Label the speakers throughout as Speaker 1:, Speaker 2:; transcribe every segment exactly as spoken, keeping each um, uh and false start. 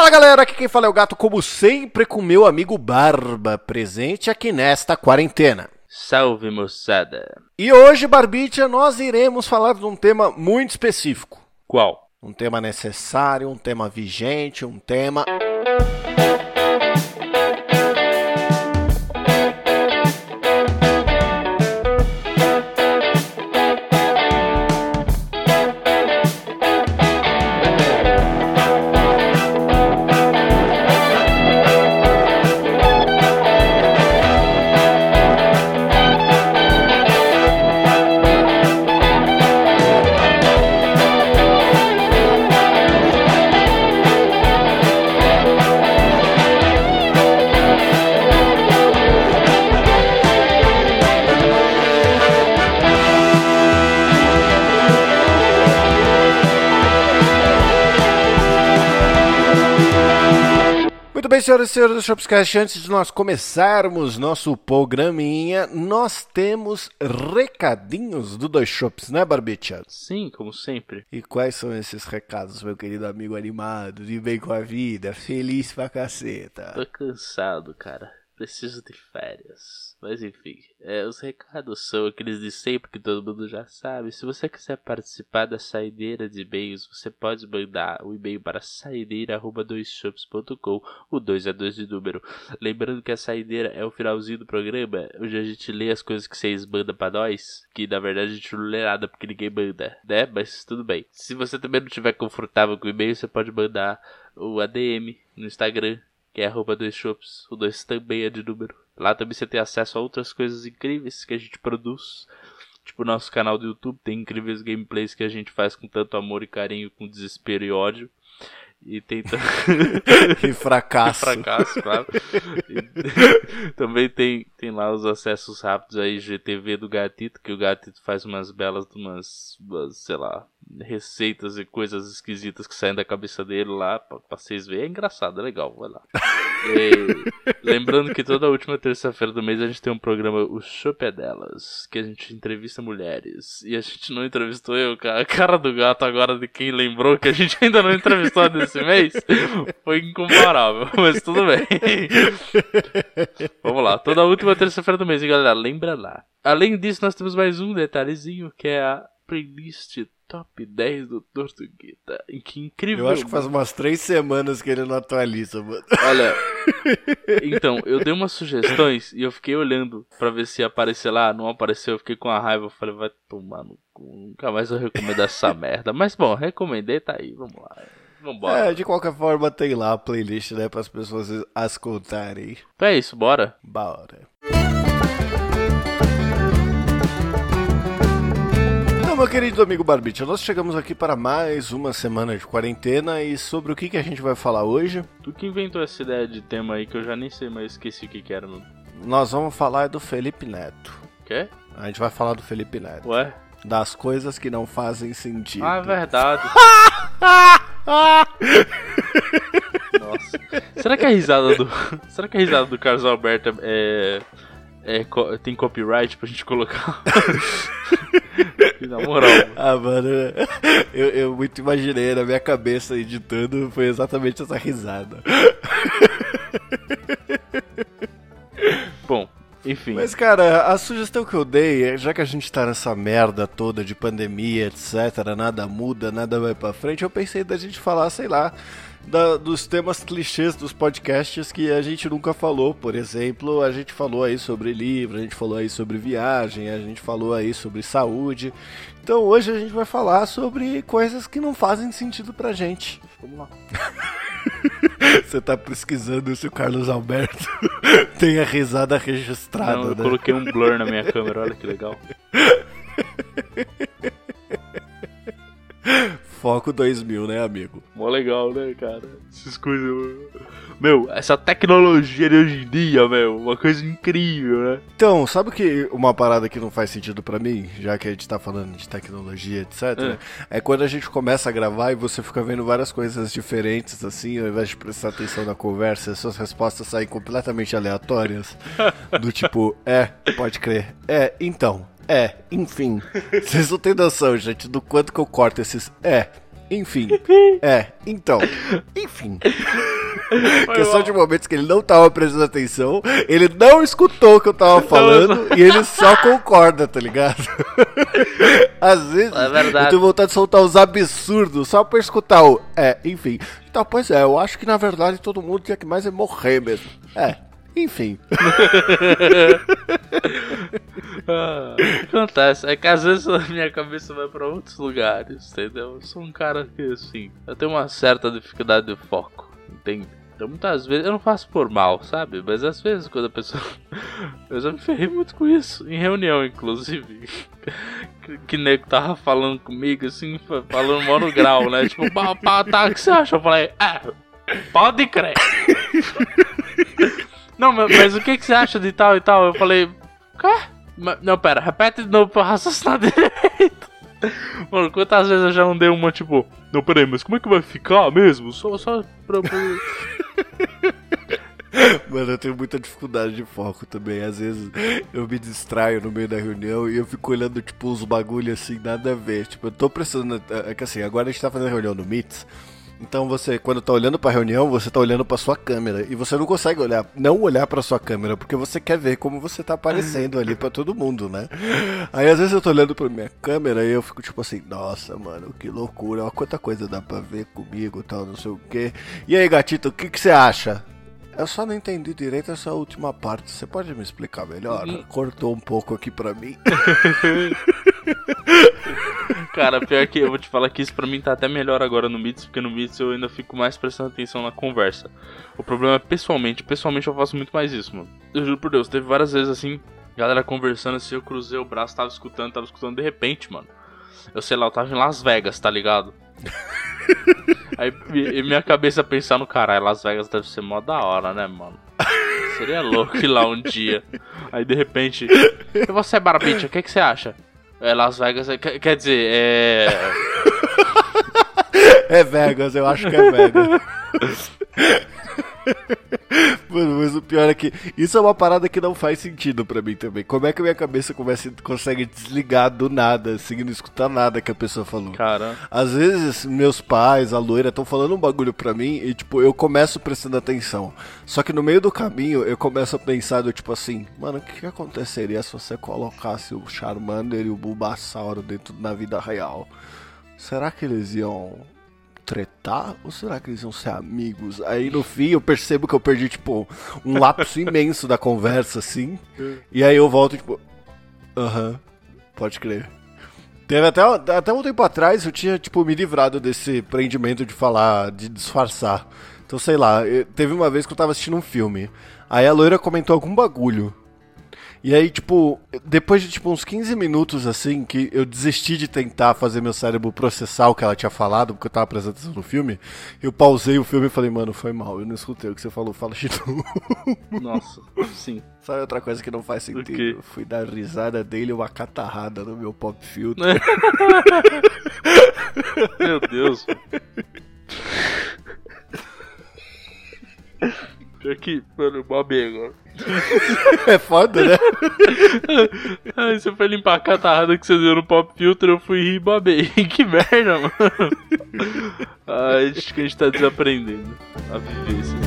Speaker 1: Fala galera, aqui quem fala é o Gato, como sempre, com meu amigo Barba, presente aqui nesta quarentena.
Speaker 2: Salve, moçada.
Speaker 1: E hoje, Barbicha, nós iremos falar de um tema muito específico.
Speaker 2: Qual?
Speaker 1: Um tema necessário, um tema vigente, um tema... Bem, senhoras e senhores do Shopscast, antes de nós começarmos nosso programinha, nós temos recadinhos do Dois Shops, né, Barbicha?
Speaker 2: Sim, como sempre.
Speaker 1: E quais são esses recados, meu querido amigo animado, de bem com a vida, feliz pra caceta?
Speaker 2: Tô cansado, cara. Preciso de férias. Mas enfim, é, os recados são aqueles de sempre que todo mundo já sabe. Se você quiser participar da saideira de e-mails, você pode mandar o e-mail para saideira arroba dois shops ponto com. O dois é dois de número. Lembrando que a saideira é o finalzinho do programa, onde a gente lê as coisas que vocês mandam pra nós. Que na verdade a gente não lê nada porque ninguém manda, né? Mas tudo bem. Se você também não estiver confortável com o e-mail, você pode mandar o A D M no Instagram, que é arroba dois shops, o dois também é de número. Lá também você tem acesso a outras coisas incríveis que a gente produz. Tipo o nosso canal do YouTube, tem incríveis gameplays que a gente faz com tanto amor e carinho, com desespero e ódio. E tem t...
Speaker 1: e fracasso.
Speaker 2: E fracasso, claro. E... também tem, tem lá os acessos rápidos aí, G T V do Gatito, que o Gatito faz umas belas, umas, umas sei lá, receitas e coisas esquisitas que saem da cabeça dele lá, pra, pra vocês verem. É engraçado, é legal, vai lá. E... lembrando que toda última terça-feira do mês a gente tem um programa, o Shop é Delas, que a gente entrevista mulheres. E a gente não entrevistou eu, cara. A cara do Gato agora de quem lembrou que a gente ainda não entrevistou nesse mês foi incomparável, mas tudo bem. Vamos lá, toda última terça-feira do mês, hein, galera? Lembra lá. Além disso, nós temos mais um detalhezinho, que é a playlist Top dez do Tortuguita. Que incrível.
Speaker 1: Eu acho que faz umas três semanas que ele não atualiza, mano.
Speaker 2: Olha, então, eu dei umas sugestões e eu fiquei olhando pra ver se ia aparecer lá. Não apareceu, eu fiquei com a raiva. Eu falei, vai tomar no cu. Nunca mais eu recomendo essa merda. Mas bom, recomendei, tá aí, vamos lá. Vambora.
Speaker 1: É, de qualquer forma tem lá a playlist, né, para as pessoas as contarem.
Speaker 2: Então é isso, bora?
Speaker 1: Bora. Então, meu querido amigo Barbicha, nós chegamos aqui para mais uma semana de quarentena e sobre o que, que a gente vai falar hoje?
Speaker 2: Tu que inventou essa ideia de tema aí que eu já nem sei mais, esqueci o que que era. Meu.
Speaker 1: Nós vamos falar do Felipe Neto.
Speaker 2: Quê?
Speaker 1: A gente vai falar do Felipe Neto.
Speaker 2: Ué?
Speaker 1: Das coisas que não fazem sentido.
Speaker 2: Ah, é verdade. Nossa. Será que a risada do. Será que a risada do Carlos Alberto é. é tem copyright pra gente colocar? Na moral.
Speaker 1: Ah, mano. Eu, eu muito imaginei na minha cabeça editando, foi exatamente essa risada.
Speaker 2: Bom. Enfim.
Speaker 1: Mas, cara, a sugestão que eu dei, já que a gente tá nessa merda toda de pandemia, etc, nada muda, nada vai pra frente, eu pensei da gente falar, sei lá, da, dos temas clichês dos podcasts que a gente nunca falou. Por exemplo, a gente falou aí sobre livro, a gente falou aí sobre viagem, a gente falou aí sobre saúde. Então hoje a gente vai falar sobre coisas que não fazem sentido pra gente.
Speaker 2: Vamos lá.
Speaker 1: Você tá pesquisando se o Carlos Alberto tem a risada registrada,
Speaker 2: Não, eu
Speaker 1: né?
Speaker 2: coloquei um blur na minha câmera, olha que legal.
Speaker 1: Foco dois mil, né, amigo?
Speaker 2: Mó legal, né, cara? Essas coisas... Meu, essa tecnologia de hoje em dia, meu, uma coisa incrível, né?
Speaker 1: Então, sabe que uma parada que não faz sentido pra mim, já que a gente tá falando de tecnologia, etcétera, é. é quando a gente começa a gravar e você fica vendo várias coisas diferentes, assim, ao invés de prestar atenção na conversa, suas respostas saem completamente aleatórias, do tipo, é, pode crer, é, então, é, enfim. Vocês não têm noção, gente, do quanto que eu corto esses é, Enfim. É, então. Enfim. Questão de momentos que ele não tava prestando atenção, ele não escutou o que eu tava falando e ele só concorda, tá ligado? Às vezes
Speaker 2: é verdade.
Speaker 1: eu tenho vontade de soltar uns absurdos só pra escutar o... É, enfim. Então, pois é, eu acho que na verdade todo mundo tinha que mais é morrer mesmo. É, enfim.
Speaker 2: Ah, acontece, é que às vezes a minha cabeça vai pra outros lugares, entendeu? Eu sou um cara que, assim, eu tenho uma certa dificuldade de foco, entende? Então muitas vezes, eu não faço por mal, sabe? Mas às vezes quando a pessoa... Eu já me ferrei muito com isso, em reunião inclusive. Que, que nego tava falando comigo, assim, falando mó no grau, né? Tipo, pá, pá, tá, o que você acha? Eu falei, é, pode crer. Não, mas, mas o que, que você acha de tal e tal? Eu falei, quê? Não, pera, repete de novo pra raciocinar direito. Mano, quantas vezes eu já não dei uma, tipo, não, peraí, mas como é que vai ficar mesmo? Só, só pra...
Speaker 1: Mano, eu tenho muita dificuldade de foco também. Às vezes eu me distraio no meio da reunião e eu fico olhando, tipo, uns bagulho assim, nada a ver. Tipo, eu tô prestando... É que assim, agora a gente tá fazendo reunião no Meets. Então você, quando tá olhando pra reunião, você tá olhando pra sua câmera. E você não consegue olhar, não olhar pra sua câmera, porque você quer ver como você tá aparecendo ali pra todo mundo, né? Aí às vezes eu tô olhando pra minha câmera e eu fico tipo assim, nossa, mano, que loucura, olha quanta coisa dá pra ver comigo e tal, não sei o quê. E aí, gatito, o que que você acha? Eu só não entendi direito essa última parte. Você pode me explicar melhor? Cortou um pouco aqui pra mim.
Speaker 2: Cara, pior que eu vou te falar que isso pra mim tá até melhor agora no Meets, porque no Meets eu ainda fico mais prestando atenção na conversa. O problema é pessoalmente, pessoalmente eu faço muito mais isso, mano. Eu juro por Deus, teve várias vezes assim, galera conversando assim, eu cruzei o braço, tava escutando, tava escutando, de repente, mano. Eu sei lá, eu tava em Las Vegas, tá ligado? Aí e minha cabeça pensar no caralho, Las Vegas deve ser mó da hora, né, mano? Seria louco ir lá um dia. Aí de repente, e você, Barbicha, o que, que você acha? É, Las Vegas, é, quer, quer dizer, é...
Speaker 1: É Vegas, eu acho que é Vegas. Mano, mas o pior é que isso é uma parada que não faz sentido pra mim também. Como é que a minha cabeça começa, consegue desligar do nada, assim, não escutar nada que a pessoa falou?
Speaker 2: Cara.
Speaker 1: Às vezes, meus pais, a loira, estão falando um bagulho pra mim e, tipo, eu começo prestando atenção. Só que no meio do caminho, eu começo a pensar, do, tipo assim, mano, o que, que aconteceria se você colocasse o Charmander e o Bulbasauro dentro da vida real? Será que eles iam tretar? Ou será que eles iam ser amigos? Aí no fim eu percebo que eu perdi, tipo, um lapso imenso da conversa, assim. E aí eu volto, tipo, aham, uh-huh, pode crer. Teve até, até um tempo atrás eu tinha, tipo, me livrado desse prendimento de falar, de disfarçar. Então, sei lá, eu, teve uma vez que eu tava assistindo um filme. Aí a loira comentou algum bagulho. E aí, tipo, depois de tipo uns quinze minutos, assim, que eu desisti de tentar fazer meu cérebro processar o que ela tinha falado, porque eu tava prestando atenção no filme, eu pausei o filme e falei, mano, foi mal, eu não escutei o que você falou, fala de novo.
Speaker 2: Nossa, sim.
Speaker 1: Sabe outra coisa que não faz sentido? Eu fui dar risada dele, uma catarrada no meu pop filter.
Speaker 2: Meu Deus. Pior que, mano, babei agora.
Speaker 1: É foda, né?
Speaker 2: Aí você foi limpar a catarrada que você deu no pop filter, eu fui rir e babei. Que merda, mano. Ai, acho que a gente tá desaprendendo a viver isso.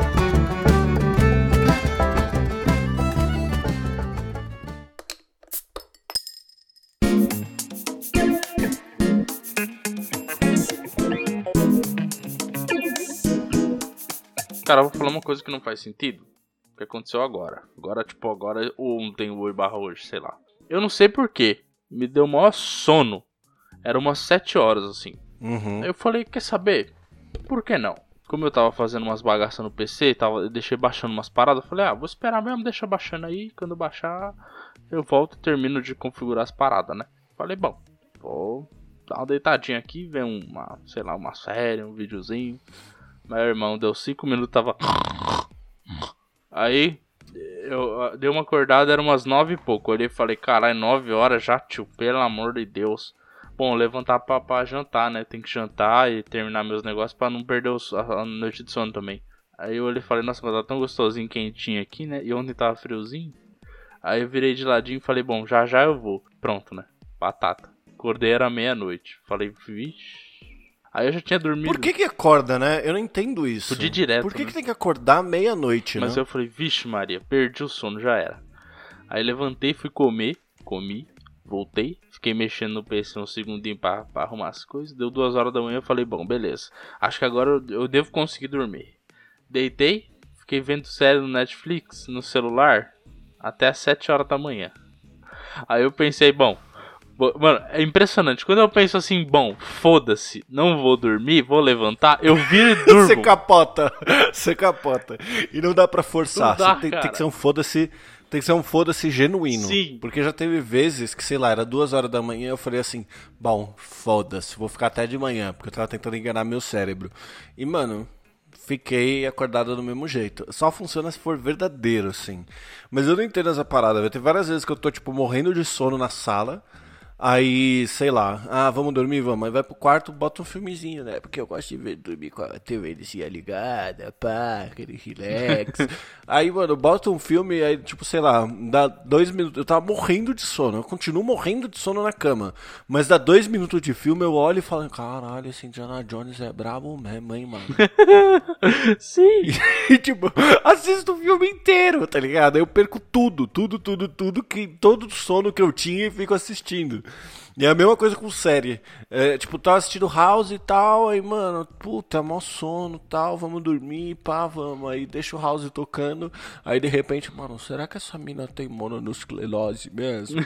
Speaker 2: Cara, eu vou falar uma coisa que não faz sentido. Que aconteceu agora. Agora, tipo, agora ontem, hoje barra hoje, sei lá. Eu não sei porquê. Me deu o maior sono. Era umas sete horas, assim.
Speaker 1: Uhum.
Speaker 2: Aí eu falei, quer saber? Por que não? Como eu tava fazendo umas bagaças no P C, tava, eu deixei baixando umas paradas. Eu falei, ah, vou esperar mesmo, deixa baixando aí. Quando baixar, eu volto e termino de configurar as paradas, né? Falei, bom, vou dar uma deitadinha aqui, ver uma, sei lá, uma série, um videozinho. Meu irmão, deu cinco minutos, tava... Aí, eu dei uma acordada, era umas nove e pouco. Eu olhei e falei, caralho, nove horas já, tio, pelo amor de Deus. Bom, levantar pra, pra jantar, né? Tem que jantar e terminar meus negócios pra não perder os, a, a noite de sono também. Aí eu olhei e falei, nossa, mas tá tão gostosinho, quentinho aqui, né? E ontem tava friozinho. Aí eu virei de ladinho e falei, bom, já já eu vou. Pronto, né? Batata. Acordei, era meia-noite. Falei, vixe. Aí eu já tinha dormido.
Speaker 1: Por que que acorda, né? Eu não entendo isso.
Speaker 2: Podia ir direto,
Speaker 1: Por que
Speaker 2: né?
Speaker 1: que tem que acordar meia-noite, né?
Speaker 2: Mas eu falei, vixe Maria, perdi o sono, já era. Aí levantei, fui comer, comi, voltei, fiquei mexendo no P C um segundinho pra, pra arrumar as coisas. Deu duas horas da manhã, eu falei, bom, beleza. Acho que agora eu, eu devo conseguir dormir. Deitei, fiquei vendo série no Netflix, no celular, até as sete horas da manhã. Aí eu pensei, bom... Mano, é impressionante. Quando eu penso assim, bom, foda-se, não vou dormir, vou levantar, eu viro e durmo.
Speaker 1: Você capota, você capota. E não dá pra forçar.
Speaker 2: Não dá,
Speaker 1: Você tem,
Speaker 2: cara.
Speaker 1: tem que ser um foda-se, tem que ser um foda-se genuíno.
Speaker 2: Sim.
Speaker 1: Porque já teve vezes que, sei lá, era duas horas da manhã, eu falei assim, bom, foda-se, vou ficar até de manhã, porque eu tava tentando enganar meu cérebro. E, mano, fiquei acordado do mesmo jeito. Só funciona se for verdadeiro, assim. Mas eu não entendo essa parada. Vai ter várias vezes que eu tô, tipo, morrendo de sono na sala. Aí, sei lá, ah, vamos dormir, vamos. Aí vai pro quarto, bota um filmezinho, né? Porque eu gosto de ver, dormir com a T V ligada, pá, aquele relax. Aí, mano, bota um filme, aí, tipo, sei lá, dá dois minutos. Eu tava morrendo de sono, eu continuo morrendo de sono na cama. Mas dá dois minutos de filme, eu olho e falo, caralho, esse Indiana Jones é brabo mesmo, hein, mano.
Speaker 2: Sim.
Speaker 1: E, tipo, assisto o filme inteiro, tá ligado? Eu perco tudo, tudo, tudo, tudo, que, todo o sono que eu tinha e fico assistindo. E é a mesma coisa com série. É, tipo, tava assistindo House e tal, aí, mano, puta, mó sono e tal, vamos dormir, pá, vamos. Aí deixa o House tocando, aí de repente, mano, será que essa mina tem mononucleose mesmo?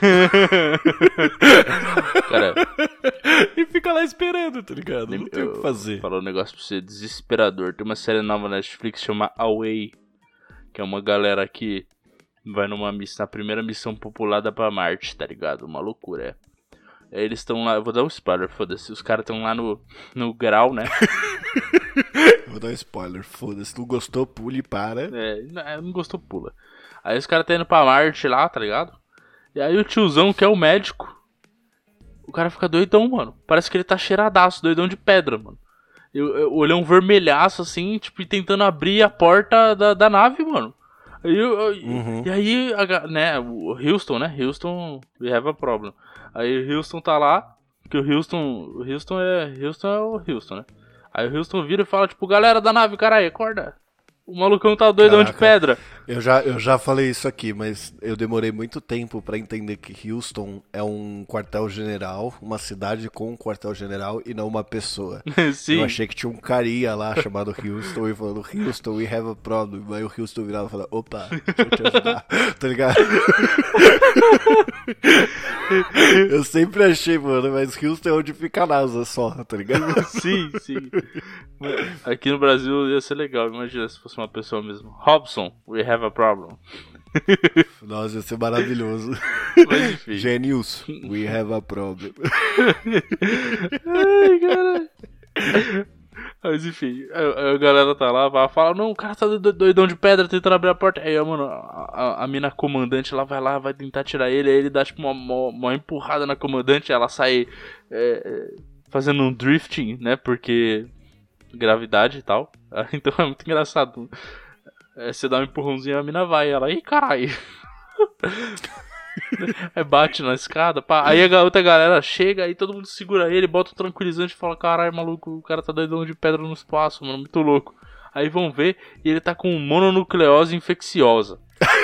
Speaker 2: Cara,
Speaker 1: e fica lá esperando, tá ligado? Não tem o que fazer.
Speaker 2: Falar um negócio pra você desesperador. Tem uma série nova na Netflix que chama Away, que é uma galera que vai numa missão, na primeira missão populada pra Marte, tá ligado? Uma loucura, é. Aí eles estão lá, eu vou dar um spoiler, foda-se. Os caras estão lá no, no grau, né?
Speaker 1: Vou dar um spoiler, foda-se. Não gostou, pule e para.
Speaker 2: É, não, não gostou, pula. Aí os caras estão indo pra Marte lá, tá ligado? E aí o tiozão, que é o médico, o cara fica doidão, mano. Parece que ele tá cheiradaço, doidão de pedra, mano. Eu, eu, olhei um vermelhaço, assim, tipo, tentando abrir a porta da, da nave, mano. Aí, eu, eu,
Speaker 1: Uhum.
Speaker 2: E aí, a, né, o Houston, né? Houston, we have a problem. Aí o Houston tá lá, que o Houston, o Houston é, Houston é o Houston, né? Aí o Houston vira e fala, tipo, galera da nave, caralho, acorda. O malucão tá doidão
Speaker 1: Caraca,
Speaker 2: de pedra.
Speaker 1: Eu já, eu já falei isso aqui, mas eu demorei muito tempo pra entender que Houston é um quartel-general, uma cidade com um quartel-general e não uma pessoa.
Speaker 2: Sim.
Speaker 1: Eu achei que tinha um carinha lá chamado Houston e falando, Houston, we have a problem. Aí o Houston virava e falava, opa, deixa eu te ajudar, tá ligado? Eu sempre achei, mano, mas Houston é onde fica a NASA só, tá ligado?
Speaker 2: Sim, sim. Aqui no Brasil ia ser legal, imagina se fosse uma pessoa mesmo. Robson, we have a problem.
Speaker 1: Nossa, ia ser maravilhoso.
Speaker 2: Mas enfim.
Speaker 1: Genius, we have a problem.
Speaker 2: Ai, caralho. Mas enfim, a, a galera tá lá, vai fala, não, o cara tá doidão de pedra tentando abrir a porta. Aí, mano, a, a, a mina comandante lá vai lá, vai tentar tirar ele. Aí ele dá tipo uma, uma, uma empurrada na comandante, ela sai é, fazendo um drifting, né? Porque gravidade e tal. Então é muito engraçado. É, você dá um empurrãozinho e a mina vai. Ela, ih, caralho. Aí bate na escada, pá. Aí a outra galera chega, aí todo mundo segura ele, bota o tranquilizante e fala, caralho, maluco, o cara tá doidão de pedra no espaço, mano, muito louco. Aí vão ver e ele tá com mononucleose infecciosa.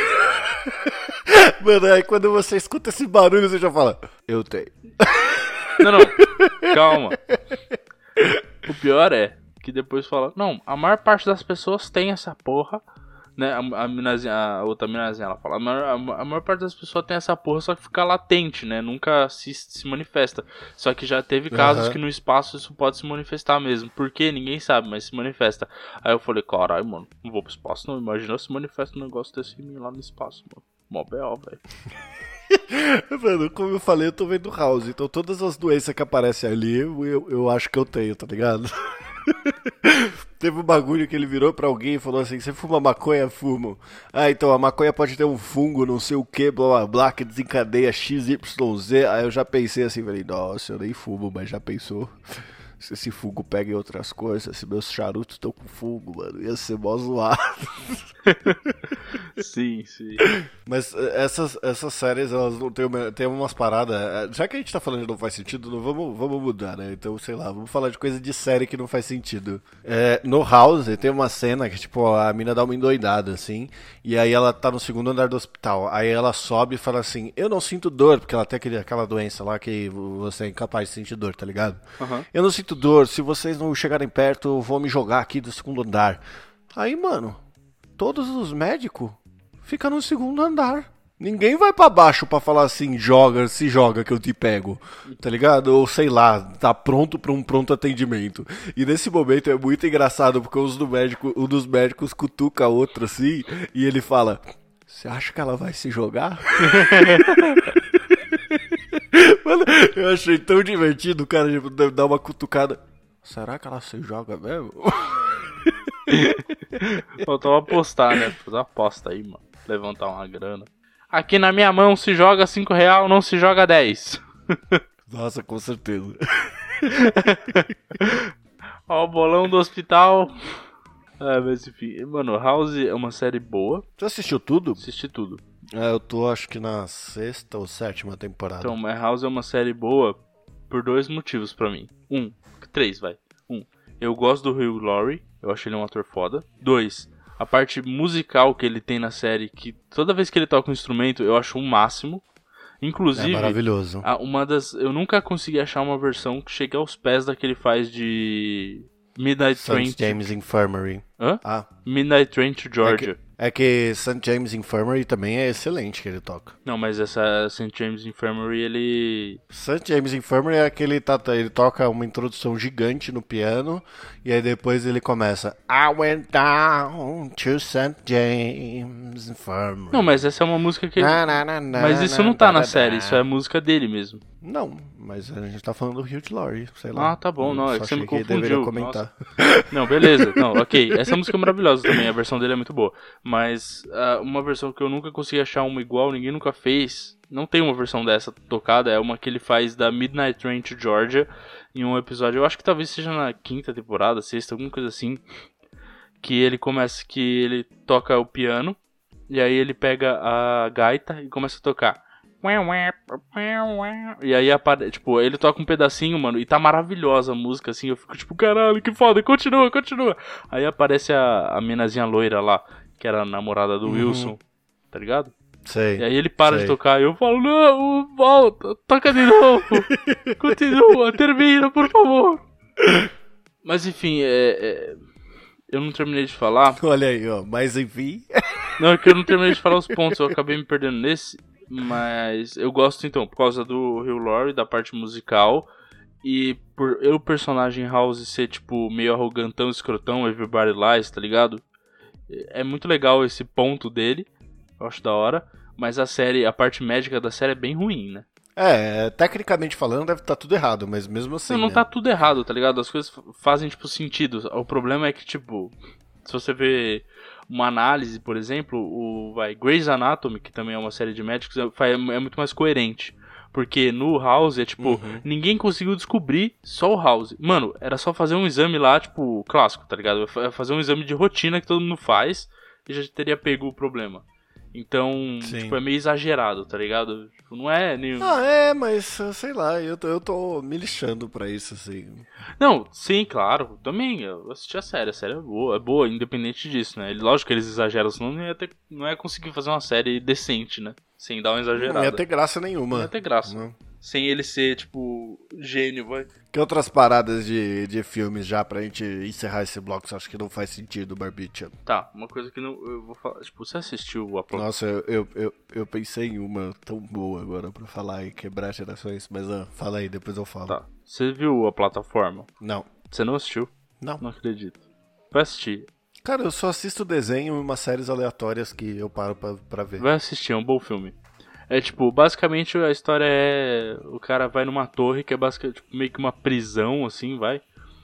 Speaker 1: Mano, aí quando você escuta esse barulho, você já fala, eu tenho.
Speaker 2: Não, não, calma. O pior é que depois fala, não, a maior parte das pessoas tem essa porra. Né, a, a, minazinha, a outra minazinha, ela fala, a maior, a, a maior parte das pessoas tem essa porra, só que fica latente, né, nunca se, se manifesta. Só que já teve casos uhum. que no espaço isso pode se manifestar mesmo. Por quê? Ninguém sabe, mas se manifesta. Aí eu falei, caralho, mano, não vou pro espaço não, imagina se manifesta um negócio desse em mim lá no espaço, mano. Mó B O, velho.
Speaker 1: Mano, como eu falei, eu tô vendo House, então todas as doenças que aparecem ali, eu, eu, eu acho que eu tenho, tá ligado? Teve um bagulho que ele virou pra alguém e falou assim, você fuma maconha? Fumo. Ah, então a maconha pode ter um fungo, não sei o que, blá blá blá, que desencadeia X Y Z. Aí eu já pensei assim, falei, nossa, eu nem fumo, mas já pensou? Se esse fungo pega em outras coisas, se meus charutos estão com fungo, mano, ia ser mó zoado.
Speaker 2: Sim, sim.
Speaker 1: Mas essas, essas séries, elas não tem, uma, tem umas paradas. Já que a gente tá falando que não faz sentido, não vamos, vamos mudar, né? Então, sei lá, vamos falar de coisa de série que não faz sentido. É, no House, tem uma cena que, tipo, a mina dá uma endoidada, assim, e aí ela tá no segundo andar do hospital. Aí ela sobe e fala assim: eu não sinto dor, porque ela tem aquele, aquela doença lá que você é incapaz de sentir dor, tá ligado?
Speaker 2: Uhum.
Speaker 1: Eu não sinto dor, se vocês não chegarem perto, eu vou me jogar aqui do segundo andar. Aí, mano, todos os médicos ficam no segundo andar. Ninguém vai pra baixo pra falar assim, joga, se joga que eu te pego, tá ligado? Ou sei lá, tá pronto pra um pronto atendimento. E nesse momento é muito engraçado, porque um, do médico, um dos médicos cutuca outro assim, e ele fala: você acha que ela vai se jogar? Mano, eu achei tão divertido o cara dar uma cutucada. Será que ela se joga mesmo?
Speaker 2: Faltou apostar, né? Fazer uma aposta aí, mano. Levantar uma grana. Aqui na minha mão se joga cinco real, não se joga dez.
Speaker 1: Nossa, com certeza.
Speaker 2: Ó, o bolão do hospital. Ah, mas enfim. Mano, House é uma série boa.
Speaker 1: Você assistiu tudo?
Speaker 2: Assisti tudo.
Speaker 1: É, eu tô acho que na sexta ou sétima temporada.
Speaker 2: Então, mas House é uma série boa por dois motivos pra mim. Um, três, vai. Um, eu gosto do Hugh Laurie. Eu acho ele um ator foda. Dois, a parte musical que ele tem na série, que toda vez que ele toca um instrumento, eu acho o máximo. Inclusive,
Speaker 1: é maravilhoso.
Speaker 2: A, uma das, eu nunca consegui achar uma versão que chegue aos pés da que ele faz de Midnight Train.
Speaker 1: Saint James Infirmary.
Speaker 2: Hã?
Speaker 1: Ah.
Speaker 2: Midnight Train to Georgia.
Speaker 1: É que, é que Saint James Infirmary também é excelente que ele toca.
Speaker 2: Não, mas essa Saint James Infirmary, ele...
Speaker 1: Saint James Infirmary é aquele ele, tá, ele toca uma introdução gigante no piano e aí depois ele começa I went down to Saint James Infirmary.
Speaker 2: Não, mas essa é uma música que...
Speaker 1: Na, na, na, na,
Speaker 2: mas isso não tá
Speaker 1: na,
Speaker 2: na
Speaker 1: na,
Speaker 2: série,
Speaker 1: na.
Speaker 2: isso é a música dele mesmo.
Speaker 1: Não, mas a gente tá falando do Hugh Laurie, sei lá.
Speaker 2: Ah, tá bom, não, é que você me confundiu.
Speaker 1: Comentar.
Speaker 2: Não, beleza, não, ok. Essa música é maravilhosa também, a versão dele é muito boa. Mas uh, uma versão que eu nunca consegui achar uma igual, ninguém nunca fez. Não tem uma versão dessa tocada, é uma que ele faz da Midnight Train to Georgia em um episódio, eu acho que talvez seja na quinta temporada, sexta, alguma coisa assim. Que ele começa, que ele toca o piano, e aí ele pega a gaita e começa a tocar. E aí, tipo, ele toca um pedacinho, mano, e tá maravilhosa a música, assim, eu fico tipo, caralho, que foda, continua, continua. Aí aparece a, a menazinha loira lá, que era a namorada do uhum. Wilson, tá ligado?
Speaker 1: Sei.
Speaker 2: E aí ele para
Speaker 1: sei.
Speaker 2: de tocar e eu falo, não, volta, toca de novo, continua, termina, por favor. Mas enfim, é, é, eu não terminei de falar.
Speaker 1: Olha aí, ó, mas enfim.
Speaker 2: Não, é que eu não terminei de falar os pontos, eu acabei me perdendo nesse. Mas eu gosto então, por causa do Hugh Laurie, da parte musical. E por eu, o personagem House, ser tipo meio arrogantão, escrotão, everybody lies, tá ligado? É muito legal esse ponto dele, eu acho da hora. Mas a série, a parte médica da série é bem ruim, né?
Speaker 1: É, tecnicamente falando deve estar tudo errado, mas mesmo assim...
Speaker 2: Não, não
Speaker 1: né?
Speaker 2: tá tudo errado, tá ligado? As coisas fazem, tipo, sentido. O problema é que, tipo, se você vê uma análise, por exemplo, o vai, Grey's Anatomy, que também é uma série de médicos, é, é muito mais coerente. Porque no House é tipo, uhum. ninguém conseguiu descobrir, só o House. Mano, era só fazer um exame lá, tipo, clássico, tá ligado? Fazer um exame de rotina que todo mundo faz e já teria pego o problema. Então,
Speaker 1: Sim.
Speaker 2: tipo, é meio exagerado, tá ligado? Tipo, não é nenhum...
Speaker 1: Ah, é, mas, sei lá, eu tô, eu tô me lixando pra isso, assim.
Speaker 2: Não, sim, claro, também, eu assisti a série, a série é boa, é boa, independente disso, né? Lógico que eles exageram, senão não ia, ter, não ia conseguir fazer uma série decente, né? Sem dar uma exagerada.
Speaker 1: Não ia ter graça nenhuma.
Speaker 2: Não ia ter graça.
Speaker 1: Não.
Speaker 2: Sem ele ser, tipo, gênio, vai.
Speaker 1: Que outras paradas de, de filmes já pra gente encerrar esse bloco, você acha que não faz sentido, Barbicha?
Speaker 2: Tá, uma coisa que não, eu vou falar, tipo, você assistiu a plataforma?
Speaker 1: Nossa, eu, eu, eu, eu pensei em uma tão boa agora pra falar e quebrar gerações, mas ah, fala aí, depois eu falo.
Speaker 2: Tá, você viu a plataforma?
Speaker 1: Não.
Speaker 2: Você não assistiu?
Speaker 1: Não.
Speaker 2: Não acredito. Vai assistir.
Speaker 1: Cara, eu só assisto desenho e umas séries aleatórias que eu paro pra, pra ver.
Speaker 2: Vai assistir, é um bom filme. É tipo, basicamente a história é... O cara vai numa torre que é basicamente tipo, meio que uma prisão, assim, vai.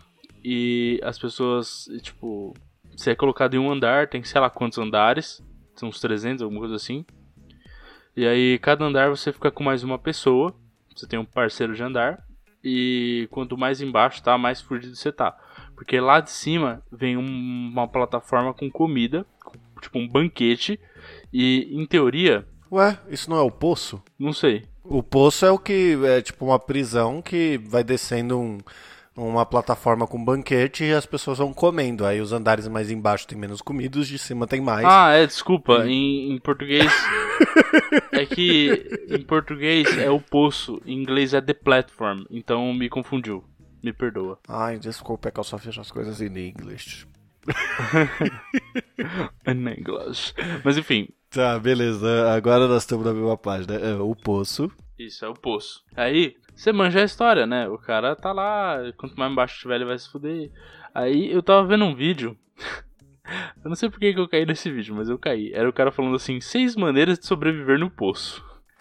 Speaker 2: E as pessoas, tipo... Você é colocado em um andar, tem sei lá quantos andares. São uns trezentos, alguma coisa assim. E aí, cada andar você fica com mais uma pessoa. Você tem um parceiro de andar. E quanto mais embaixo tá, mais fudido você tá. Porque lá de cima vem um, uma plataforma com comida. tipo um banquete. E, em teoria...
Speaker 1: Ué, isso não é o Poço?
Speaker 2: Não sei.
Speaker 1: O Poço é o que é tipo uma prisão que vai descendo um, uma plataforma com banquete e as pessoas vão comendo. Aí os andares mais embaixo tem menos comida, os de cima tem mais.
Speaker 2: Ah, é, desculpa. E... Em, em português... é que em português é o poço, em inglês é the platform. Então me confundiu. Me perdoa.
Speaker 1: Ai, desculpa, é que eu só vejo as coisas em inglês.
Speaker 2: In English. Mas enfim.
Speaker 1: Tá, beleza. Agora nós estamos na mesma página. É o Poço.
Speaker 2: Isso, é o poço. Aí, você manja a história, né? O cara tá lá, quanto mais embaixo tiver, ele vai se fuder. Aí eu tava vendo um vídeo. Eu não sei por que que eu caí nesse vídeo, mas eu caí. Era o cara falando assim, seis maneiras de sobreviver no poço.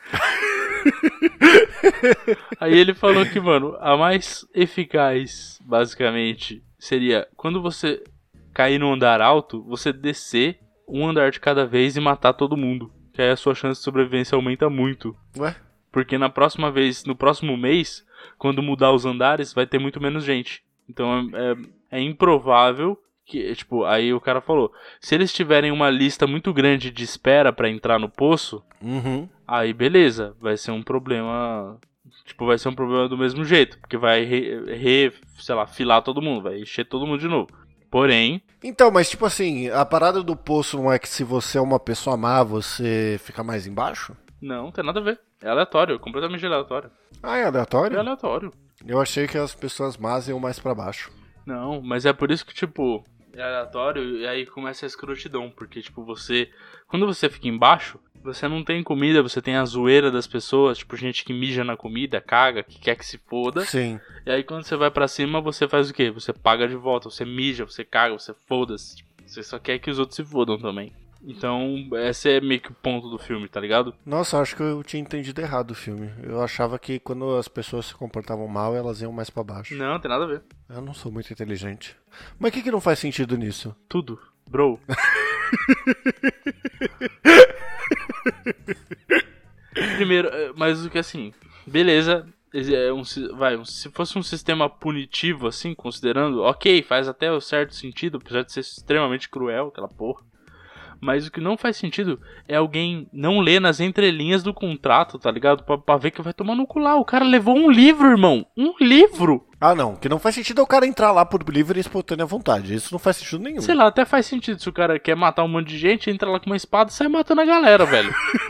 Speaker 2: Aí ele falou que, mano, a mais eficaz, basicamente, seria quando você cair no andar alto, você descer um andar de cada vez e matar todo mundo. Que aí a sua chance de sobrevivência aumenta muito.
Speaker 1: Ué?
Speaker 2: Porque na próxima vez, no próximo mês, quando mudar os andares, vai ter muito menos gente. Então é, é improvável que, tipo, aí o cara falou, se eles tiverem uma lista muito grande de espera pra entrar no poço,
Speaker 1: Uhum.
Speaker 2: aí beleza, vai ser um problema, tipo, vai ser um problema do mesmo jeito, porque vai, re, re, sei lá, filar todo mundo, vai encher todo mundo de novo. Porém...
Speaker 1: Então, mas tipo assim, a parada do poço não é que se você é uma pessoa má, você fica mais embaixo?
Speaker 2: Não, não tem nada a ver. É aleatório, completamente aleatório.
Speaker 1: Ah, é aleatório?
Speaker 2: É aleatório.
Speaker 1: Eu achei que as pessoas más iam mais pra baixo.
Speaker 2: Não, mas é por isso que, tipo, é aleatório e aí começa a escrotidão. Porque, tipo, você... Quando você fica embaixo, você não tem comida, você tem a zoeira das pessoas. Tipo, gente que mija na comida, caga, que quer que se foda.
Speaker 1: Sim.
Speaker 2: E aí quando você vai pra cima, você faz o quê? Você paga de volta, você mija, você caga, você foda-se. Tipo, você só quer que os outros se fodam também. Então, esse é meio que o ponto do filme, tá ligado?
Speaker 1: Nossa, acho que eu tinha entendido errado o filme. Eu achava que quando as pessoas se comportavam mal, elas iam mais pra baixo.
Speaker 2: Não, tem nada a ver.
Speaker 1: Eu não sou muito inteligente. Mas o que, que não faz sentido nisso?
Speaker 2: Tudo. Bro. Primeiro, mas o que assim... Beleza, é um, vai, um, se fosse um sistema punitivo, assim, considerando... Ok, faz até o certo sentido, apesar de ser extremamente cruel, aquela porra. Mas o que não faz sentido é alguém não ler nas entrelinhas do contrato, tá ligado? Pra, pra ver que vai tomar no cu lá. O cara levou um livro, irmão. Um livro.
Speaker 1: Ah, não. O que não faz sentido é o cara entrar lá por livre e espontânea vontade. Isso não faz sentido nenhum.
Speaker 2: Sei lá, até faz sentido. Se o cara quer matar um monte de gente, entra lá com uma espada e sai matando a galera, velho.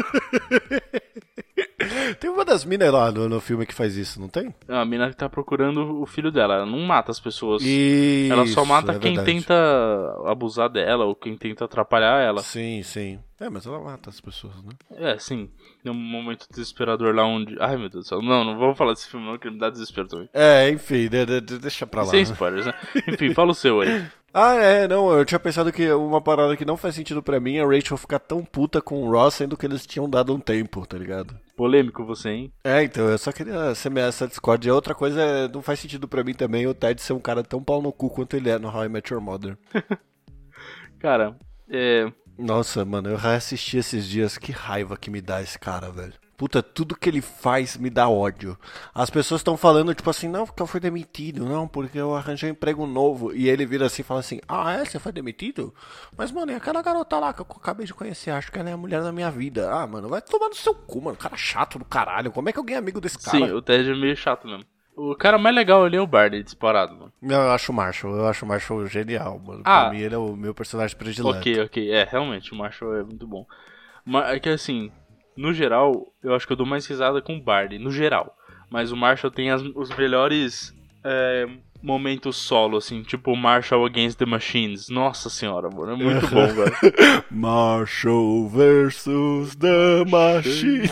Speaker 1: Tem uma das minas lá no, no filme que faz isso, não tem?
Speaker 2: É uma mina que tá procurando o filho dela. Ela não mata as pessoas.
Speaker 1: Isso,
Speaker 2: ela só mata
Speaker 1: é
Speaker 2: quem
Speaker 1: verdade.
Speaker 2: tenta abusar dela ou quem tenta atrapalhar ela.
Speaker 1: Sim, sim. É, mas ela mata as pessoas, né?
Speaker 2: É, sim. Tem um momento desesperador lá onde... Ai, meu Deus do céu. Não, não vamos falar desse filme não, que me dá desespero também.
Speaker 1: É, enfim, de, de, de, deixa pra lá.
Speaker 2: Sem spoilers, né? Enfim, fala o seu aí.
Speaker 1: Ah, é, não, eu tinha pensado que uma parada que não faz sentido pra mim é a Rachel ficar tão puta com o Ross, sendo que eles tinham dado um tempo, tá ligado?
Speaker 2: Polêmico você, hein?
Speaker 1: É, então, eu só queria semear essa discórdia. E outra coisa, é, não faz sentido pra mim também o Ted ser um cara tão pau no cu quanto ele é no How I Met Your Mother.
Speaker 2: Cara, é...
Speaker 1: Nossa, mano, eu reassisti esses dias, que raiva que me dá esse cara, velho. Puta, tudo que ele faz me dá ódio. As pessoas estão falando, tipo assim, não, porque eu fui demitido, não, porque eu arranjei um emprego novo. E ele vira assim e fala assim, ah, é? Você foi demitido? Mas, mano, é aquela garota lá que eu acabei de conhecer, acho que ela é a mulher da minha vida. Ah, mano, vai tomar no seu cu, mano, cara chato do caralho. Como é que alguém é amigo desse cara?
Speaker 2: Sim, o Ted é meio chato mesmo. O cara mais legal ali é o Barney, disparado, mano.
Speaker 1: Não, eu acho o Marshall, eu acho o Marshall genial, mano.
Speaker 2: Ah,
Speaker 1: pra mim ele é o meu personagem predileto.
Speaker 2: Ok, ok, é, realmente, o Marshall é muito bom. Mas é que assim, no geral, eu acho que eu dou mais risada com o Barney, no geral. Mas o Marshall tem as, os melhores é, momentos solo, assim, tipo o Marshall Against the Machines. Nossa senhora, mano, é muito bom, velho.
Speaker 1: Marshall versus the Machine.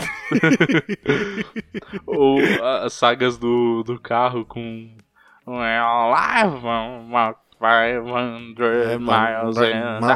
Speaker 2: Ou as sagas do, do carro com... Well, live five hundred miles and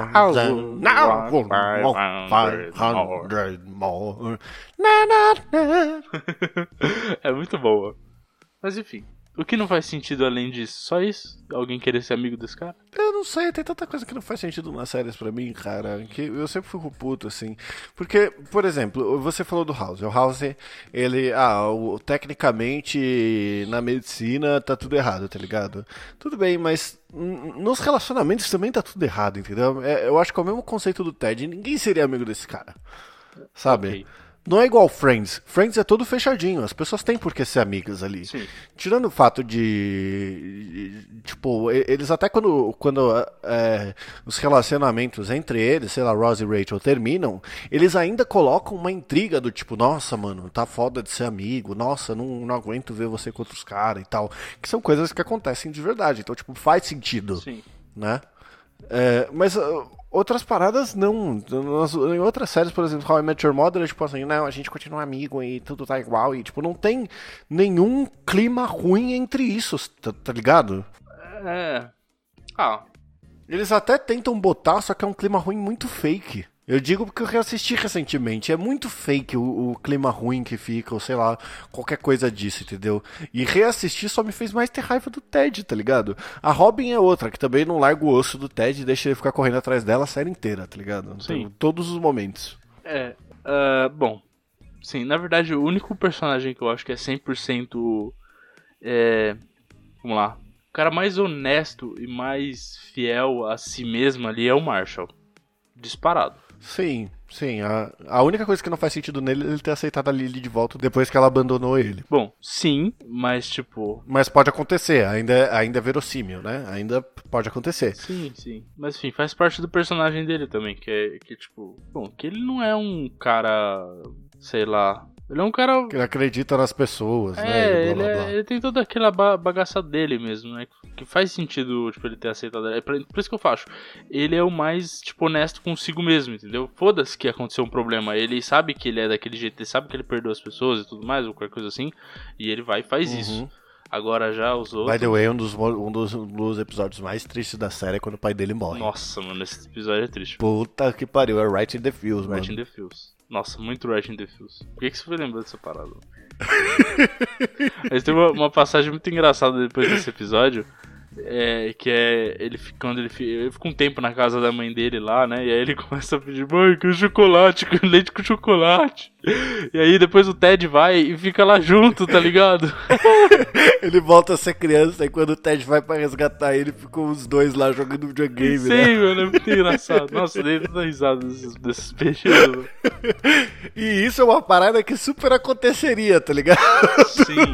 Speaker 1: five hundred more. Na, na, na.
Speaker 2: É muito boa. Mas enfim, O que não faz sentido além disso? Só isso? Alguém querer ser amigo desse cara?
Speaker 1: Eu não sei, tem tanta coisa que não faz sentido nas séries pra mim, cara, que eu sempre fico puto, assim. Porque, por exemplo, você falou do House. O House, ele, ah, o, tecnicamente, na medicina tá tudo errado, tá ligado? Tudo bem, mas n- nos relacionamentos também tá tudo errado, entendeu? É, eu acho que é o mesmo conceito do Ted, ninguém seria amigo desse cara, sabe?
Speaker 2: Ok.
Speaker 1: Não é igual Friends. Friends é todo fechadinho. As pessoas têm por que ser amigas ali.
Speaker 2: Sim.
Speaker 1: Tirando o fato de... de- Tipo, e- eles até quando, quando é, os relacionamentos entre eles, sei lá, Ross e Rachel terminam, eles ainda colocam uma intriga do tipo, nossa, mano, tá foda de ser amigo. Nossa, não, não aguento ver você com outros caras e tal. Que são coisas que acontecem de verdade. Então, tipo, faz sentido.
Speaker 2: Sim.
Speaker 1: Né? É, mas uh, outras paradas não. Nas- Em outras séries, por exemplo, How I Met Your Mother, é tipo assim, não, a gente continua amigo e tudo tá igual. E tipo, não tem nenhum clima ruim entre isso, tá, tá ligado?
Speaker 2: É. Ah,
Speaker 1: Eles até tentam botar, só que é um clima ruim muito fake. Eu digo porque eu reassisti recentemente. É muito fake o, o clima ruim que fica, ou sei lá, qualquer coisa disso, entendeu? E reassistir só me fez mais ter raiva do Ted, tá ligado? A Robin é outra, que também não larga o osso do Ted e deixa ele ficar correndo atrás dela a série inteira, tá ligado?
Speaker 2: Sim.
Speaker 1: Então, todos os momentos.
Speaker 2: é. ah, bom. Sim, na verdade, o único personagem que eu acho que é cem por cento. É. Vamos lá. O cara mais honesto e mais fiel a si mesmo ali é o Marshall. Disparado.
Speaker 1: Sim, sim. A, a única coisa que não faz sentido nele é ele ter aceitado a Lily de volta depois que ela abandonou ele.
Speaker 2: Bom, sim, mas tipo.
Speaker 1: Mas pode acontecer, ainda, é- ainda é verossímil, né? Ainda pode acontecer.
Speaker 2: Sim, sim. Mas enfim, faz parte do personagem dele também, que é que tipo, bom, que ele não é um cara, sei lá, ele é um cara,
Speaker 1: Que ele acredita nas pessoas, né?
Speaker 2: é,
Speaker 1: E
Speaker 2: ele,
Speaker 1: blá, blá,
Speaker 2: é-
Speaker 1: blá.
Speaker 2: ele tem toda aquela ba- bagaça dele mesmo, né? Que faz sentido, tipo, ele ter aceitado. É por por isso que eu faço. Ele é o mais, tipo, honesto consigo mesmo, entendeu? Foda-se que aconteceu um problema. Ele sabe que ele é daquele jeito, ele sabe que ele perdoa as pessoas e tudo mais, ou qualquer coisa assim, e ele vai e faz
Speaker 1: Uhum.
Speaker 2: isso. Agora já os outros.
Speaker 1: By the way, um dos, mo- um dos, um dos episódios mais tristes da série é quando o pai dele morre.
Speaker 2: Nossa, mano, esse episódio é triste.
Speaker 1: Puta que pariu, é right in the feels, mano.
Speaker 2: Right in the Feels. Nossa, muito Right in the Feels. Por que, que você foi lembrando dessa parada? Mas tem uma, uma passagem muito engraçada depois desse episódio. É, que é ele fica, quando ele fica, ele fica um tempo na casa da mãe dele lá, né? E aí ele começa a pedir, mãe, que chocolate, que leite com chocolate. E aí depois o Ted vai e fica lá junto, tá ligado?
Speaker 1: Ele volta a ser criança e quando o Ted vai pra resgatar ele, ficam os dois lá jogando videogame,
Speaker 2: Sim,
Speaker 1: né?
Speaker 2: mano, é muito engraçado. Nossa, dei toda risada desses, desses peixes. Mano.
Speaker 1: E isso é uma parada que super aconteceria, tá ligado?
Speaker 2: Sim.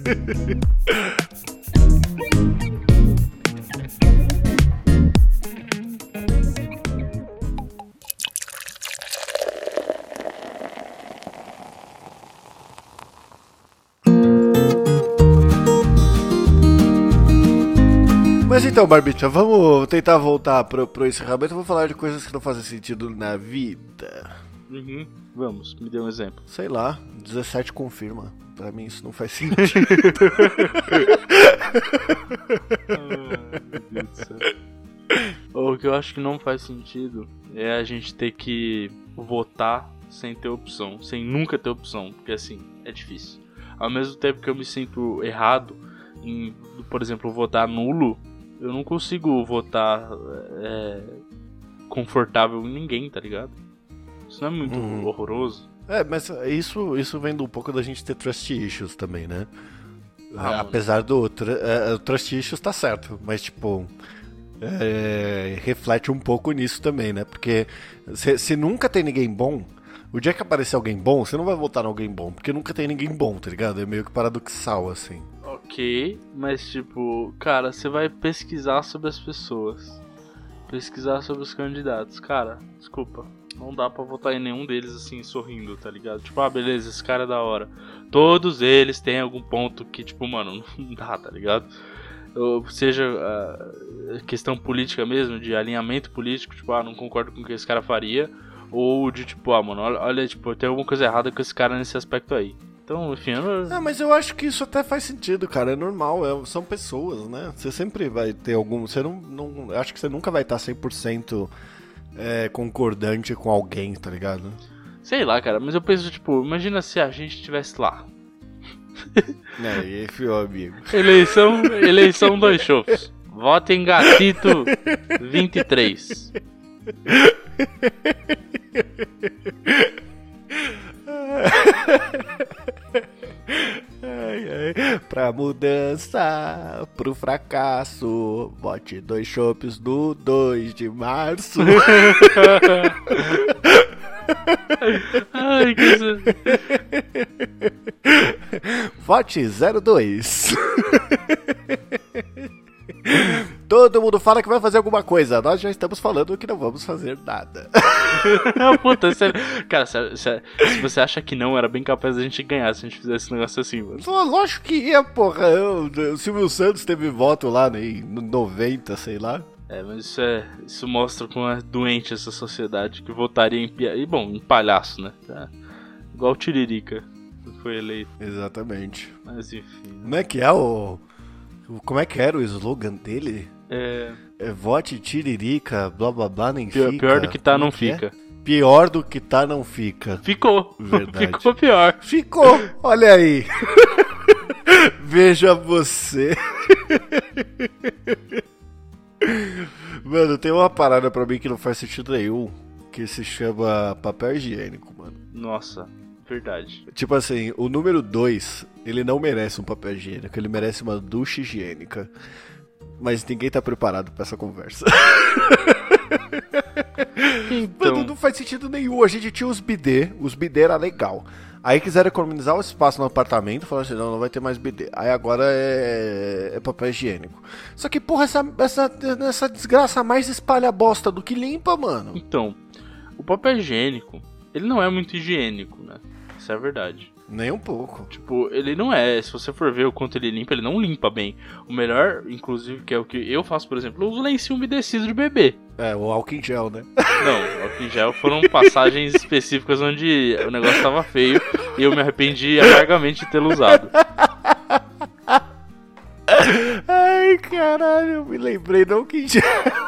Speaker 1: Mas então, Barbicha, vamos tentar voltar pro, pro encerramento. Vou falar de coisas que não fazem sentido na vida.
Speaker 2: Uhum. Vamos, me dê um exemplo.
Speaker 1: Sei lá, dezessete confirma. Pra mim isso não faz sentido.
Speaker 2: Ah, meu Deus do céu. O que eu acho que não faz sentido é a gente ter que votar sem ter opção, sem nunca ter opção, porque assim, é difícil. Ao mesmo tempo que eu me sinto errado em, por exemplo, votar nulo, eu não consigo votar é, confortável em ninguém, tá ligado? Isso não é muito
Speaker 1: Uhum.
Speaker 2: horroroso?
Speaker 1: É, mas isso, isso vem de um pouco da gente ter trust issues também, né?
Speaker 2: Ah, mano.
Speaker 1: Apesar do tr é, o trust issues tá certo, mas tipo, é, reflete um pouco nisso também, né? Porque se, se nunca tem ninguém bom, o dia que aparecer alguém bom, você não vai votar em alguém bom, porque nunca tem ninguém bom, tá ligado? É meio que paradoxal, assim.
Speaker 2: Ok, mas tipo, cara, você vai pesquisar sobre as pessoas, pesquisar sobre os candidatos. Cara, desculpa, não dá pra votar em nenhum deles assim, sorrindo, tá ligado? Tipo, ah, beleza, esse cara é da hora. Todos eles têm algum ponto que, tipo, mano, não dá, tá ligado? Ou seja, a questão política mesmo, de alinhamento político, tipo, ah, não concordo com o que esse cara faria. Ou de tipo, ah, mano, olha, olha, tipo, tem alguma coisa errada com esse cara nesse aspecto aí. Então, enfim, eu não...
Speaker 1: Ah, mas eu acho que isso até faz sentido, cara. É normal, é- são pessoas, né? Você sempre vai ter algum. Você não. não eu acho que você nunca vai estar cem por cento é, concordante com alguém, tá ligado?
Speaker 2: Sei lá, cara, mas eu penso, tipo, imagina se a gente estivesse lá.
Speaker 1: É, e aí, meu amigo.
Speaker 2: Eleição, eleição dois shows. Votem Gatito vinte e três.
Speaker 1: Ai, ai. Pra mudança, pro fracasso, vote dois chopes no dois de março.
Speaker 2: Ai, que isso.
Speaker 1: Vote zero dois. Todo mundo fala que vai fazer alguma coisa. Nós já estamos falando que não vamos fazer nada.
Speaker 2: Puta, sério. Cara, sério, sério, se você acha que não, era bem capaz da gente ganhar se a gente fizesse esse negócio assim, mano.
Speaker 1: Pô, lógico que ia, porra. O Silvio Santos teve voto lá, né, em noventa, sei lá.
Speaker 2: É, mas isso, é, isso mostra como é doente essa sociedade que votaria em, e, bom, em palhaço, né? Tá? Igual o Tiririca, que foi eleito.
Speaker 1: Exatamente.
Speaker 2: Mas enfim.
Speaker 1: Como é que é o... Como é que era o slogan dele?
Speaker 2: É...
Speaker 1: É vote Tiririca, blá blá blá, nem
Speaker 2: Pior,
Speaker 1: fica.
Speaker 2: pior do que tá,
Speaker 1: Como
Speaker 2: não
Speaker 1: que é?
Speaker 2: fica.
Speaker 1: Pior do que tá, não fica.
Speaker 2: Ficou.
Speaker 1: Verdade.
Speaker 2: Ficou pior.
Speaker 1: Ficou, olha aí. Veja você. Mano, tem uma parada pra mim que não faz sentido nenhum, que se chama papel higiênico, mano.
Speaker 2: Nossa, verdade.
Speaker 1: Tipo assim, o número dois, ele não merece um papel higiênico, ele merece uma ducha higiênica. Mas ninguém tá preparado pra essa conversa.
Speaker 2: Então...
Speaker 1: Mano, não faz sentido nenhum. A gente tinha os bidê, os bidê era legal. Aí quiseram economizar o espaço no apartamento, falaram assim, não, não vai ter mais bidê. Aí agora é, é papel higiênico. Só que, porra, essa, essa, essa desgraça mais espalha bosta do que limpa, mano.
Speaker 2: Então, o papel higiênico, ele não é muito higiênico, né? Isso é a verdade.
Speaker 1: Nem um pouco.
Speaker 2: Tipo, ele não é, se você for ver o quanto ele limpa, ele não limpa bem. O melhor, inclusive, que é o que eu faço, por exemplo, eu uso lencinho umedecido de bebê.
Speaker 1: É, o álcool em gel, né?
Speaker 2: Não, o álcool em gel foram passagens específicas onde o negócio tava feio e eu me arrependi amargamente de tê-lo usado.
Speaker 1: Ai, caralho, eu me lembrei do álcool em gel.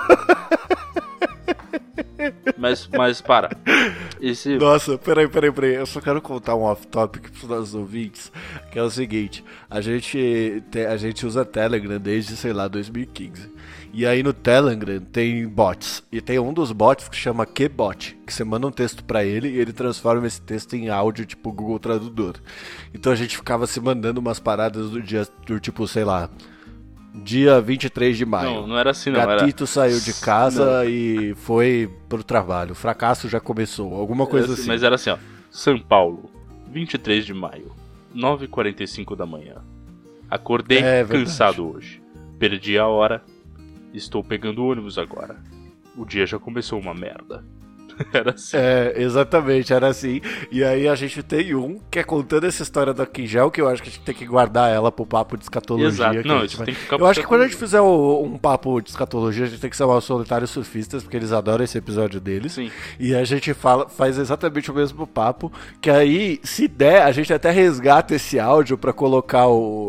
Speaker 2: Mas, mas para. Esse...
Speaker 1: Nossa, peraí, peraí, peraí. Eu só quero contar um off-topic pros nossos ouvintes, que é o seguinte. A gente, te, a gente usa Telegram desde, sei lá, dois mil e quinze. E aí no Telegram tem bots. E tem um dos bots que chama QBot, que você manda um texto pra ele e ele transforma esse texto em áudio, tipo Google Tradutor. Então a gente ficava se mandando umas paradas do dia, do tipo, sei lá... Dia vinte e três de maio.
Speaker 2: Não, não era assim não.
Speaker 1: Gatito
Speaker 2: era...
Speaker 1: saiu de casa
Speaker 2: não.
Speaker 1: E foi pro trabalho. O fracasso já começou. Alguma coisa
Speaker 2: assim,
Speaker 1: assim.
Speaker 2: Mas era assim, ó. São Paulo, vinte e três de maio, nove e quarenta e cinco da manhã. Acordei
Speaker 1: é,
Speaker 2: cansado hoje. Perdi a hora. Estou pegando ônibus agora. O dia já começou uma merda. Era assim.
Speaker 1: É, exatamente, era assim. E aí a gente tem um que é contando essa história do álcool em gel, que eu acho que a gente tem que guardar ela pro papo de escatologia.
Speaker 2: Exato, não,
Speaker 1: a
Speaker 2: isso
Speaker 1: vai...
Speaker 2: tem que ficar
Speaker 1: Eu acho que quando a gente fizer o, um papo de escatologia, a gente tem que chamar os Solitários Surfistas, porque eles adoram esse episódio deles.
Speaker 2: Sim.
Speaker 1: E a gente fala, faz exatamente o mesmo papo, que aí, se der, a gente até resgata esse áudio pra colocar o...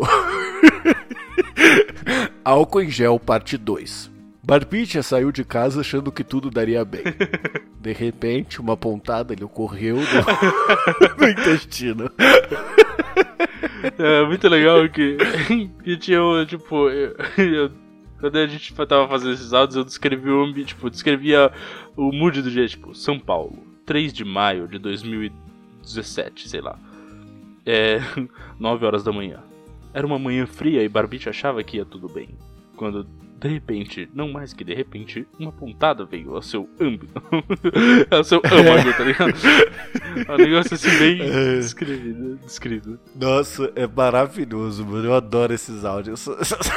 Speaker 1: Álcool em gel, parte dois. Barbicha saiu de casa achando que tudo daria bem. De repente, uma pontada lhe ocorreu no, no intestino.
Speaker 2: É muito legal que, que tinha, tipo, eu, eu, quando a gente tava fazendo esses áudios, eu descrevi o ambiente, tipo, descrevia o mood do dia, tipo, São Paulo, três de maio de dois mil e dezessete, sei lá. É, nove horas da manhã. Era uma manhã fria e Barbicha achava que ia tudo bem. Quando... De repente, não mais que de repente, uma pontada veio ao seu âmbito. ao seu âmago, tá ligado? É um negócio assim bem descrito, descrito.
Speaker 1: Nossa, é maravilhoso, mano. Eu adoro esses áudios.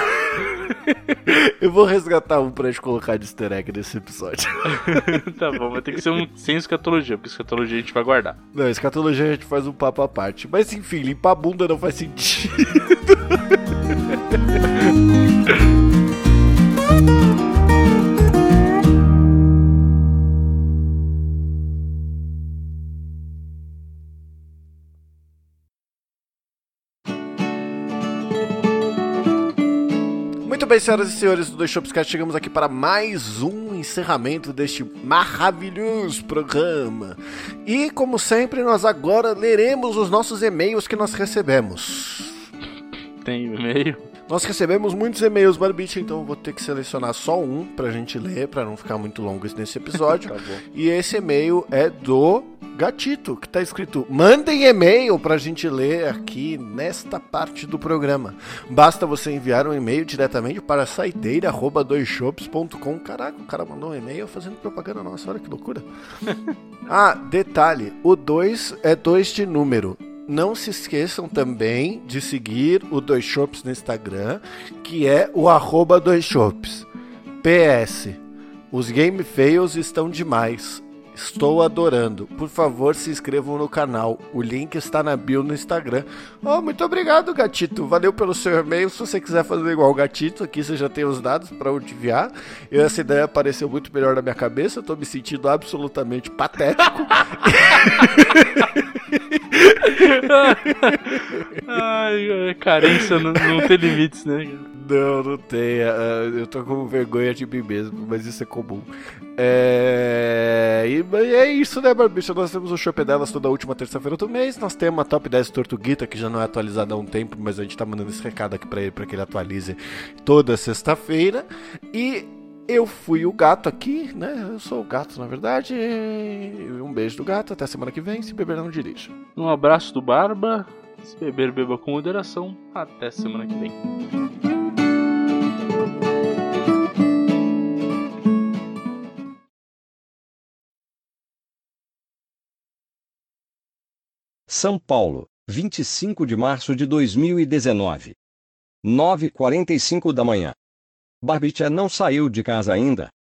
Speaker 1: Eu vou resgatar um pra gente colocar de easter egg nesse episódio.
Speaker 2: Tá bom, vai ter que ser um sem escatologia, porque escatologia a gente vai guardar.
Speaker 1: Não, escatologia a gente faz um papo à parte. Mas enfim, limpar a bunda não faz sentido. Muito bem, senhoras e senhores do Dois Shopscast, chegamos aqui para mais um encerramento deste maravilhoso programa. E, como sempre, nós agora leremos os nossos e-mails que nós recebemos.
Speaker 2: tem e-mail?
Speaker 1: Nós recebemos muitos e-mails, Barbicha, então eu vou ter que selecionar só um pra gente ler, pra não ficar muito longo nesse episódio.
Speaker 2: Tá bom.
Speaker 1: E esse e-mail é do Gatito, que tá escrito: mandem e-mail pra gente ler aqui nesta parte do programa. Basta você enviar um e-mail diretamente para saideira arroba dois shops ponto com. Caraca, o cara mandou um e-mail fazendo propaganda nossa, olha que loucura. Ah, detalhe, o dois é dois de número. Não se esqueçam também de seguir o Dois Shops no Instagram, que é o arroba Dois Shops. P S. Os Game Fails estão demais. Estou adorando. Por favor, se inscrevam no canal. O link está na bio no Instagram. Oh, muito obrigado, Gatito. Valeu pelo seu e-mail. Se você quiser fazer igual o Gatito, aqui você já tem os dados para eu te enviar. Eu, essa ideia apareceu muito melhor na minha cabeça. Eu tô me sentindo absolutamente patético.
Speaker 2: Ai, carência não, não tem limites, né?
Speaker 1: Não, não tem. Eu tô com vergonha de mim mesmo, mas isso é comum. É... E é isso, né, Barbicha? Nós temos o Chopp Delas toda última terça-feira do mês. Nós temos a Top dez Tortuguita, que já não é atualizada há um tempo, mas a gente tá mandando esse recado aqui pra ele, pra que ele atualize toda sexta-feira. E eu fui o gato aqui, né? Eu sou o gato, na verdade. Um beijo do gato, até semana que vem. Se beber, não dirija.
Speaker 2: Um abraço do Barba. Se beber, beba com moderação. Até semana que vem.
Speaker 3: São Paulo, vinte e cinco de março de dois mil e dezenove. nove e quarenta e cinco da manhã. Barbicha não saiu de casa ainda.